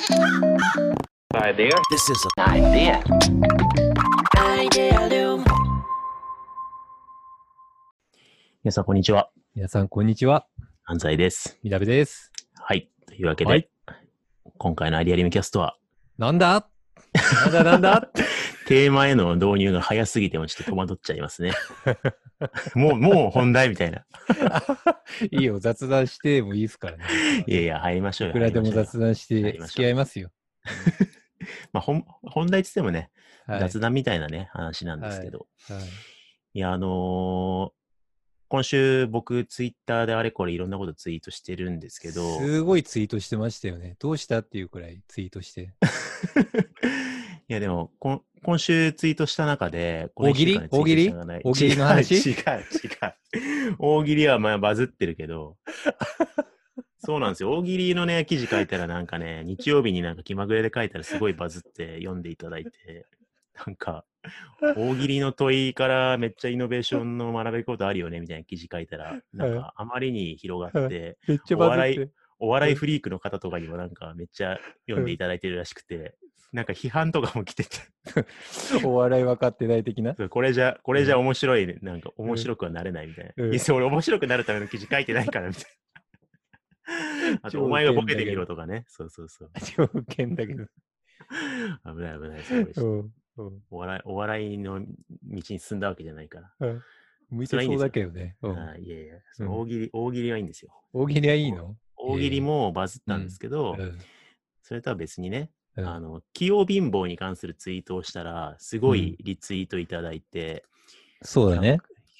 Idea. This is an idea. Idealum. 皆さん、こんにちは。 皆さん、こんにちは。 安西です。 みなべです。 はい。というわけで、 はい今回のアイデアリムキャストは、 なんだなんだテーマへの導入が早すぎてもちょっと戸惑っちゃいますね。もう本題みたいな。 いいよ、雑談してもいいですからね。 いやいや、入りましょうよ。 いくらでも雑談して入りましょう付き合いますよ。 まあ、本題って言ってもね、 はい雑談みたいなね、話なんですけど。 はいいや、今週僕ツイッターであれこれいろんなことツイートしてるんですけど、 すごいツイートしてましたよね。どうしたっていうくらいツイートして。 いやでも今週ツイートした中で、 大喜利この一週間でツイートしたのがない大喜利の話違う。大喜利はまあバズってるけど、そうなんですよ。大喜利のね、記事書いたらなんかね、日曜日になんか気まぐれで書いたらすごいバズって読んでいただいて、なんか、大喜利の問いからめっちゃイノベーションの学べることあるよねみたいな記事書いたら、なんかあまりに広がって、 めっちゃバズって。 お笑いフリークの方とかにもなんかめっちゃ読んでいただいてるらしくて、なんか批判とかも来てて、 お笑い分かってない的な。 これじゃ面白い、なんか面白くはなれないみたいな。いや、俺面白くなるための記事書いてないからみたいな。あと、お前がボケてみろとかね。そう。 条件だけど。 危ない。そううんお笑いの道に進んだわけじゃないから。 うん向いてそうだけどね。 いや、その大喜利はいいんですよ。 大喜利はいいの？ 大喜利もバズったんですけど、それとは別にね、器用貧乏に関するツイートをしたら、すごいリツイートいただいて、 そうだね。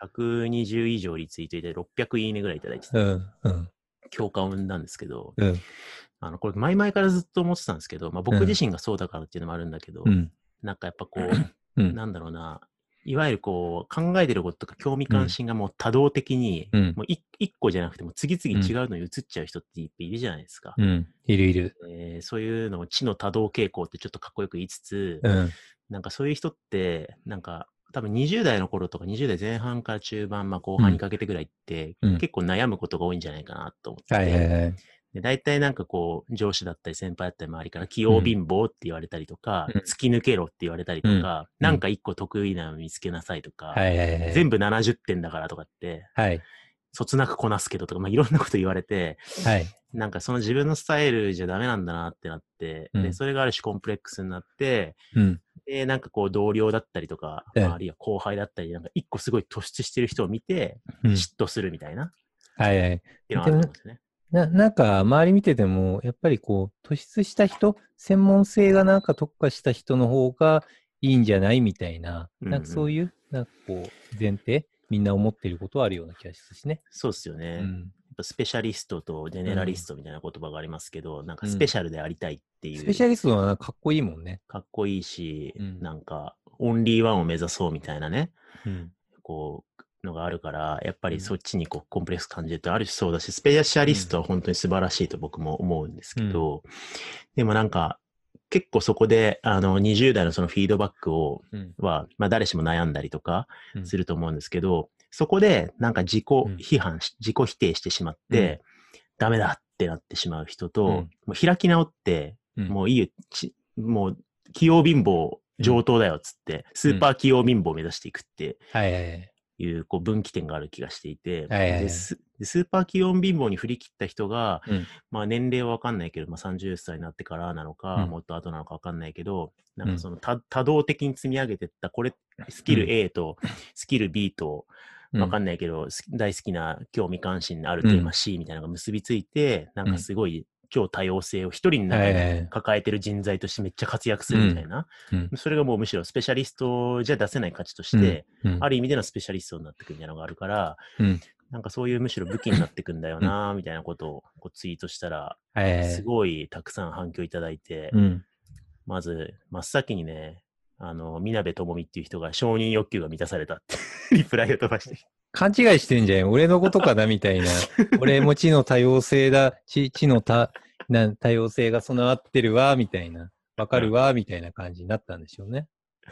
120以上リツイートいただいて、600いいねぐらいいただいて、共感を生んだんですけど、これ前々からずっと思ってたんですけど、まあ、僕自身がそうだからっていうのもあるんだけど、なんかやっぱこう、なんだろうな、いわゆるこう考えてることとか興味関心がもう多動的に、もう一個じゃなくても次々違うのに移っちゃう人っているじゃないですか。 いる。 そういうのを知の多動傾向ってちょっとかっこよく言いつつ、なんかそういう人ってなんか多分20代の頃とか20代前半から中盤、まあ、後半にかけてぐらいって、結構悩むことが多いんじゃないかなと思ってて、で大体なんかこう上司だったり先輩だったり周りから器用貧乏って言われたりとか、突き抜けろって言われたりとか、なんか一個得意なの見つけなさいとか、全部70点だからとかって、そつなくこなすけどとか、まあ、いろんなこと言われて、なんかその自分のスタイルじゃダメなんだなってなって、でそれがある種コンプレックスになって、でなんかこう同僚だったりとか、まあ、あるいは後輩だったり、なんか一個すごい突出してる人を見て、嫉妬するみたいな。っていうのがあると思うんですね。 なんか周り見ててもやっぱりこう突出した人、専門性がなんか特化した人の方がいいんじゃないみたいな、なんかそういうなんかこう前提みんな思っていることはあるような気がするしね。 そうですよね。やっぱスペシャリストとジェネラリストみたいな言葉がありますけど、なんかスペシャルでありたいっていう。 スペシャリストはかっこいいもんね。 かっこいいし、なんかオンリーワンを目指そうみたいなね。こうのがあるから、やっぱりそっちにこうコンプレックス感じるとあるしそうだし、スペシャリストは本当に素晴らしいと僕も思うんですけど、でもなんか結構そこで20代のそのフィードバックは、まあ誰しも悩んだりとかすると思うんですけど、そこでなんか自己批判自己否定してしまって、ダメだってなってしまう人と、もう開き直って、もういいよ、もう器用貧乏上等だよっつって、スーパー器用貧乏を目指していくっていうこう分岐点がある気がしていて、でスーパー器用貧乏に振り切った人が、まあ年齢はわかんないけど、まあ30歳になってからなのか、もっと後なのかわかんないけど、なんかその多動的に積み上げていったスキル A とスキル B と、わかんないけど、大好きな興味関心のあるテーマ C みたいなのが結びついて、なんかすごい超多様性を一人の中に抱えてる人材としてめっちゃ活躍するみたいな。それがもうむしろスペシャリストじゃ出せない価値として、ある意味でのスペシャリストになってくるみたいなのがあるから、なんかそういうむしろ武器になってくんだよな、みたいなことをこうツイートしたら、すごいたくさん反響いただいて、まず真っ先にね、みなべともみっていう人が承認欲求が満たされたってリプライを飛ばして。 勘違いしてんじゃん。俺のことかなみたいな。俺も知の多様性だ。知の多様性が備わってるわ、みたいな。わかるわ、みたいな感じになったんでしょうね。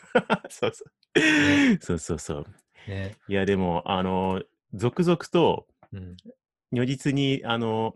そう。 ね、 いや、でも、続々と、如実に、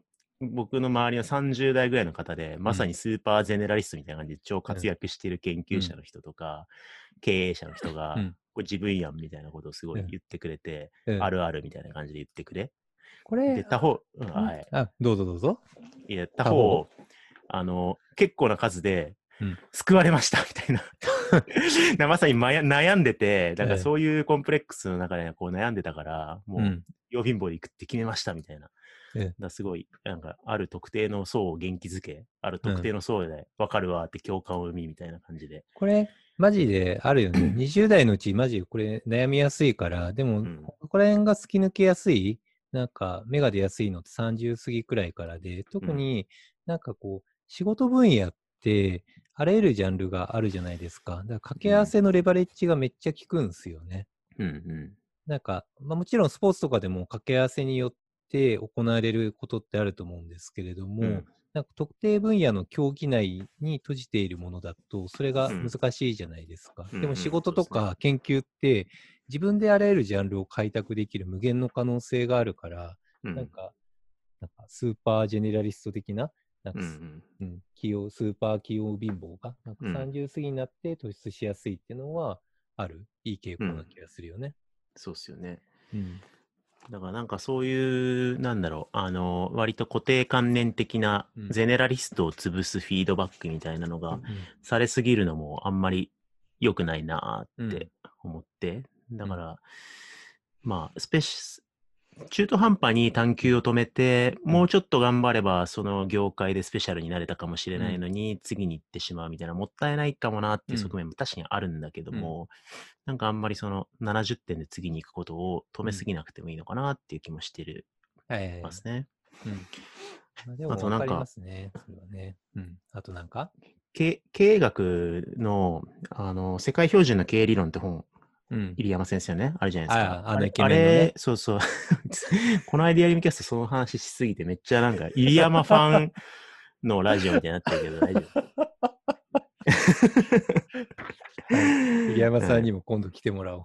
僕の周りの30代ぐらいの方で、まさにスーパーゼネラリストみたいな感じで超活躍している研究者の人とか、経営者の人が、これ自分やんみたいなことをすごい言ってくれて、あるあるみたいな感じで言ってくれ。 これ、 で、他方、はい。 どうぞどうぞ。 いや、他方、結構な数で、救われましたみたいな。まさに悩んでて、だからそういうコンプレックスの中でこう悩んでたから、もう、用貧乏で行くって決めましたみたいな。だすごい、なんか、ある特定の層を元気づけ、ある特定の層で分かるわって共感を生みみたいな感じで。 これ、マジであるよね。20代のうち、マジでこれ悩みやすいから、でも、ここら辺が突き抜けやすい、なんか、芽が出やすいのって30過ぎくらいからで、特になんかこう、仕事分野って、あらゆるジャンルがあるじゃないですか。だから掛け合わせのレバレッジがめっちゃ効くんですよね。なんか、もちろんスポーツとかでも掛け合わせによって行われることってあると思うんですけれども、なんか特定分野の競技内に閉じているものだと、それが難しいじゃないですか。でも仕事とか研究って、自分であらゆるジャンルを開拓できる無限の可能性があるから、なんかスーパージェネラリスト的な、なんかスーパー器用貧乏が、なんか30過ぎになって突出しやすいっていうのは、ある、いい傾向な気がするよね。 そうっすよね。だからなんかそういう、なんだろう、割と固定観念的なゼネラリストを潰すフィードバックみたいなのがされすぎるのもあんまり良くないなって思って、だから、まあ、中途半端に探求を止めて、もうちょっと頑張れば、その業界でスペシャルになれたかもしれないのに、次に行ってしまうみたいな、もったいないかもなっていう側面も確かにあるんだけども、なんかあんまりその70点で次に行くことを止めすぎなくてもいいのかなっていう気もしてるますね。 でも分かりますね。それはね。あとなんか経営学の、世界標準の経営理論って本、入山先生ね、あるじゃないですか。 あれ、 そうそう。このアイディアリミキャストその話しすぎてめっちゃなんか、入山ファンのラジオみたいになってるけど大丈夫。入山さんにも今度来てもらおう。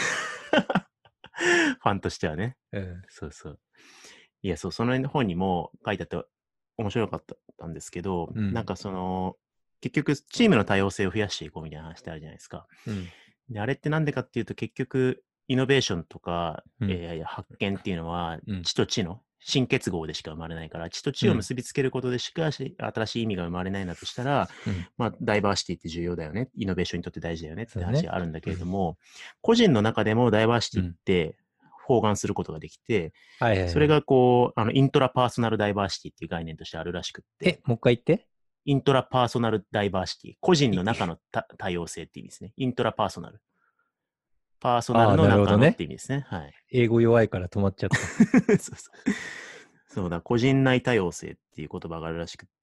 ファンとしてはね。そうそう。いや、そう、その本にも書いてあって面白かったんですけど、なんかその、結局チームの多様性を増やしていこうみたいな話ってあるじゃないですか。で、あれってなんでかっていうと、結局、イノベーションとか、発見っていうのは、知と知の新結合でしか生まれないから、知と知を結びつけることでしか新しい意味が生まれないなとしたら、まあ、ダイバーシティって重要だよね。イノベーションにとって大事だよねって話があるんだけれども、個人の中でもダイバーシティって包含することができて、それがこう、イントラパーソナルダイバーシティっていう概念としてあるらしくって。 もう一回言って。 イントラパーソナルダイバーシティ。個人の中の多様性って意味ですね。イントラパーソナル。パーソナルの中のって意味ですね。はい。 英語弱いから止まっちゃった。 そうだ、個人内多様性っていう言葉があるらしくって、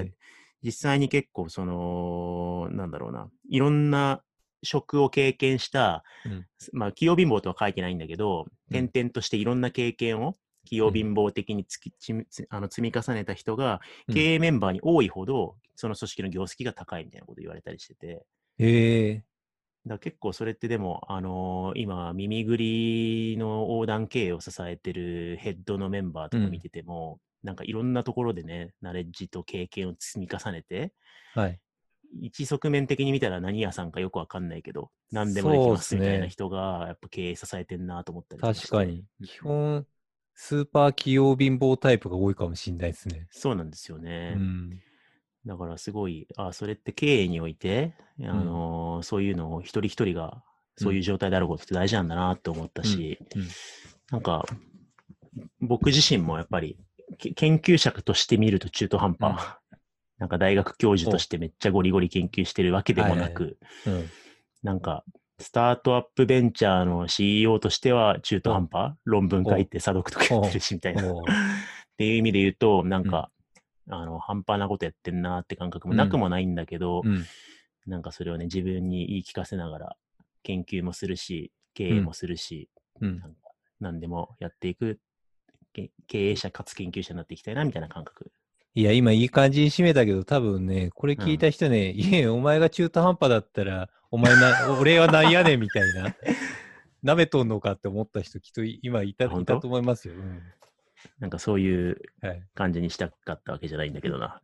実際に結構その、なんだろうな、いろんな職を経験した、まあ、器用貧乏とは書いてないんだけど、転々としていろんな経験を器用貧乏的に積み重ねた人が、経営メンバーに多いほど、その組織の業績が高いみたいなこと言われたりしてて。だ結構それってでも、今、耳ぐりの横断経営を支えてるヘッドのメンバーとか見てても、なんかいろんなところでね、ナレッジと経験を積み重ねて、一側面的に見たら何屋さんかよくわかんないけど、何でもできますみたいな人が、やっぱ経営支えてんなと思ったり確かに。基本、スーパー器用貧乏タイプが多いかもしれないですね。 そうなんですよね。だからすごい、それって経営において、そういうのを一人一人がそういう状態であることって大事なんだなって思ったし、なんか、僕自身もやっぱり、研究者として見ると中途半端。なんか大学教授としてめっちゃゴリゴリ研究してるわけでもなく、なんか、スタートアップベンチャーの CEO としては中途半端、論文書いて査読とかやってるしみたいな。っていう意味で言うと、なんか、半端なことやってんなって感覚もなくもないんだけど、なんかそれをね、自分に言い聞かせながら、研究もするし、経営もするし、なんか何でもやっていく、経営者かつ研究者になっていきたいな、みたいな感覚。 いや、今いい感じに締めたけど、多分ね、これ聞いた人ね、いえ、お前が中途半端だったら、俺はなんやねんみたいな、舐めとんのかって思った人、きっと今いたと思いますよ。 なんかそういう感じにしたかったわけじゃないんだけどな。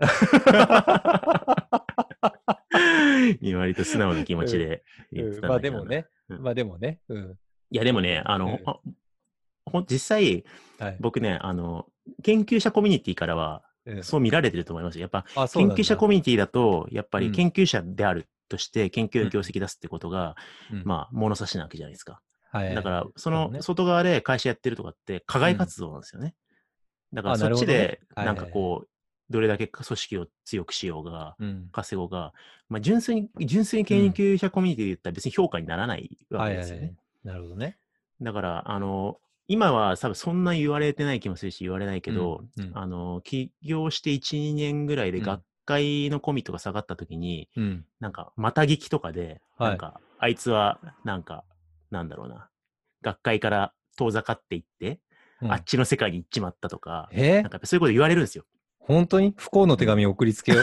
割と素直な気持ちで言ってたんだけどな。 まあでもね。 いやでもね、実際、僕ね、研究者コミュニティからは、そう見られてると思います。やっぱ、研究者コミュニティだと、やっぱり研究者であるとして、研究の業績出すってことが、まあ、物差しなわけじゃないですか。だから、その外側で会社やってるとかって、課外活動なんですよね。だから、そっちで、なんかこう、どれだけ組織を強くしようが、稼ごうが、まあ、純粋に研究者コミュニティで言ったら別に評価にならないわけですよね。 なるほどね。 だから、今は多分そんな言われてない気もするし言われないけど、起業して1、2年ぐらいで学会のコミとか下がった時に、なんか、また聞きとかで、なんか、あいつは、なんか、なんだろうな、学会から遠ざかっていって、あっちの世界に行っちまったとか、なんかそういうこと言われるんですよ。 本当に不幸の手紙を送りつけよう。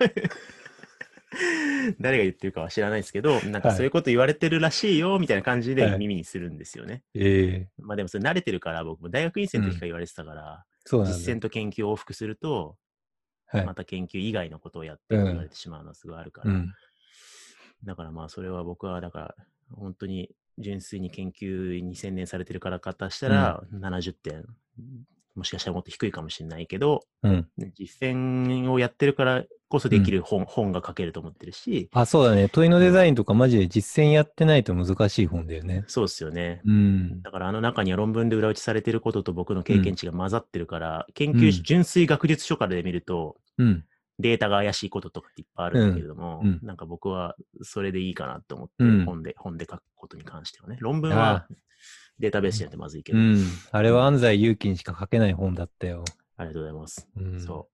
誰が言ってるかは知らないですけど、なんかそういうこと言われてるらしいよ、みたいな感じで耳にするんですよね。まあでもそれ慣れてるから、僕も大学院生の時から言われてたから、実践と研究を往復すると、また研究以外のことをやってって言われてしまうのはすごいあるから。だからまあそれは僕は、だから本当に純粋に研究に専念されてる方したら70点、もしかしたらもっと低いかもしれないけど、実践をやってるからこそできる本が書けると思ってるし。 そうだね。問いのデザインとかマジで実践やってないと難しい本だよね。 そうですよね。だから中には論文で裏打ちされてることと僕の経験値が混ざってるから、研究純粋学術書からで見ると、データが怪しいこととかっていっぱいあるんだけれども、なんか僕はそれでいいかなと思って、本で書くことに関してはね。論文はデータベースじゃなくてまずいけど。 あれは安西祐樹にしか書けない本だったよ。 ありがとうございます。そう。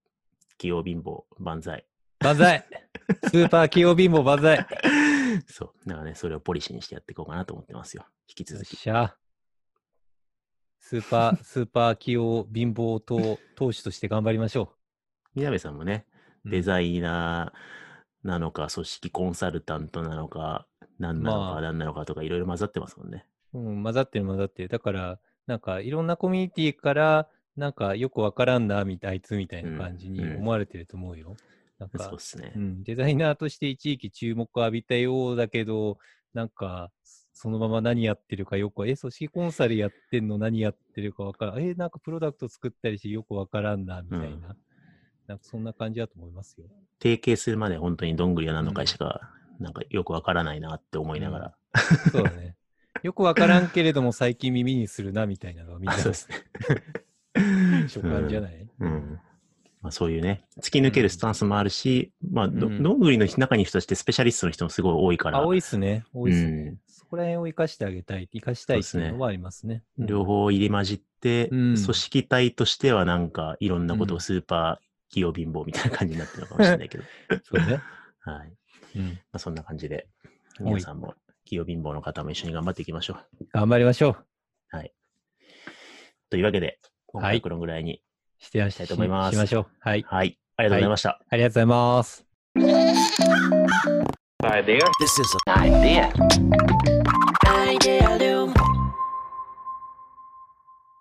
器用貧乏、万歳。 万歳スーパー器用貧乏万歳そう。だからね、それをポリシーにしてやっていこうかなと思ってますよ。引き続き。 スーパー器用貧乏投手として頑張りましょう。宮部さんもね、デザイナーなのか、組織コンサルタントなのか、何なのかとかいろいろ混ざってますもんね。 混ざってる。だから、なんかいろんなコミュニティから、なんかよくわからんな、あいつみたいな感じに思われてると思うよ。なんか、 そうっすね。 デザイナーとして一時期注目を浴びたようだけど、なんか、そのまま何やってるかよく、組織コンサルやってんの何やってるかわからん。なんかプロダクト作ったりしてよくわからんな、みたいな。なんかそんな感じだと思いますよ。 提携するまで本当にどんぐりは何の会社か、なんかよくわからないなって思いながら。 そうだね。よくわからんけれども最近耳にするなみたいなのはみんなそうですね。所感じゃない、 まあ、そういうね、突き抜けるスタンスもあるし、まあどんぐりの中に人としてスペシャリストの人もすごい多いから。 多いっすね。そこら辺を生かしてあげたい、生かしたいっていうのはありますね。 両方入り混じって、組織体としてはなんかいろんなことをスーパー器用貧乏みたいな感じになってるのかもしれないけど。 そうね。 はい。まあ、そんな感じで、皆さんも器用貧乏の方も一緒に頑張っていきましょう。 頑張りましょう。 はい。というわけで、今回はこのぐらいにしていきたいと思います。しましょう。はい。 はい。ありがとうございました。 ありがとうございます。 This is an idea. Idea Loom.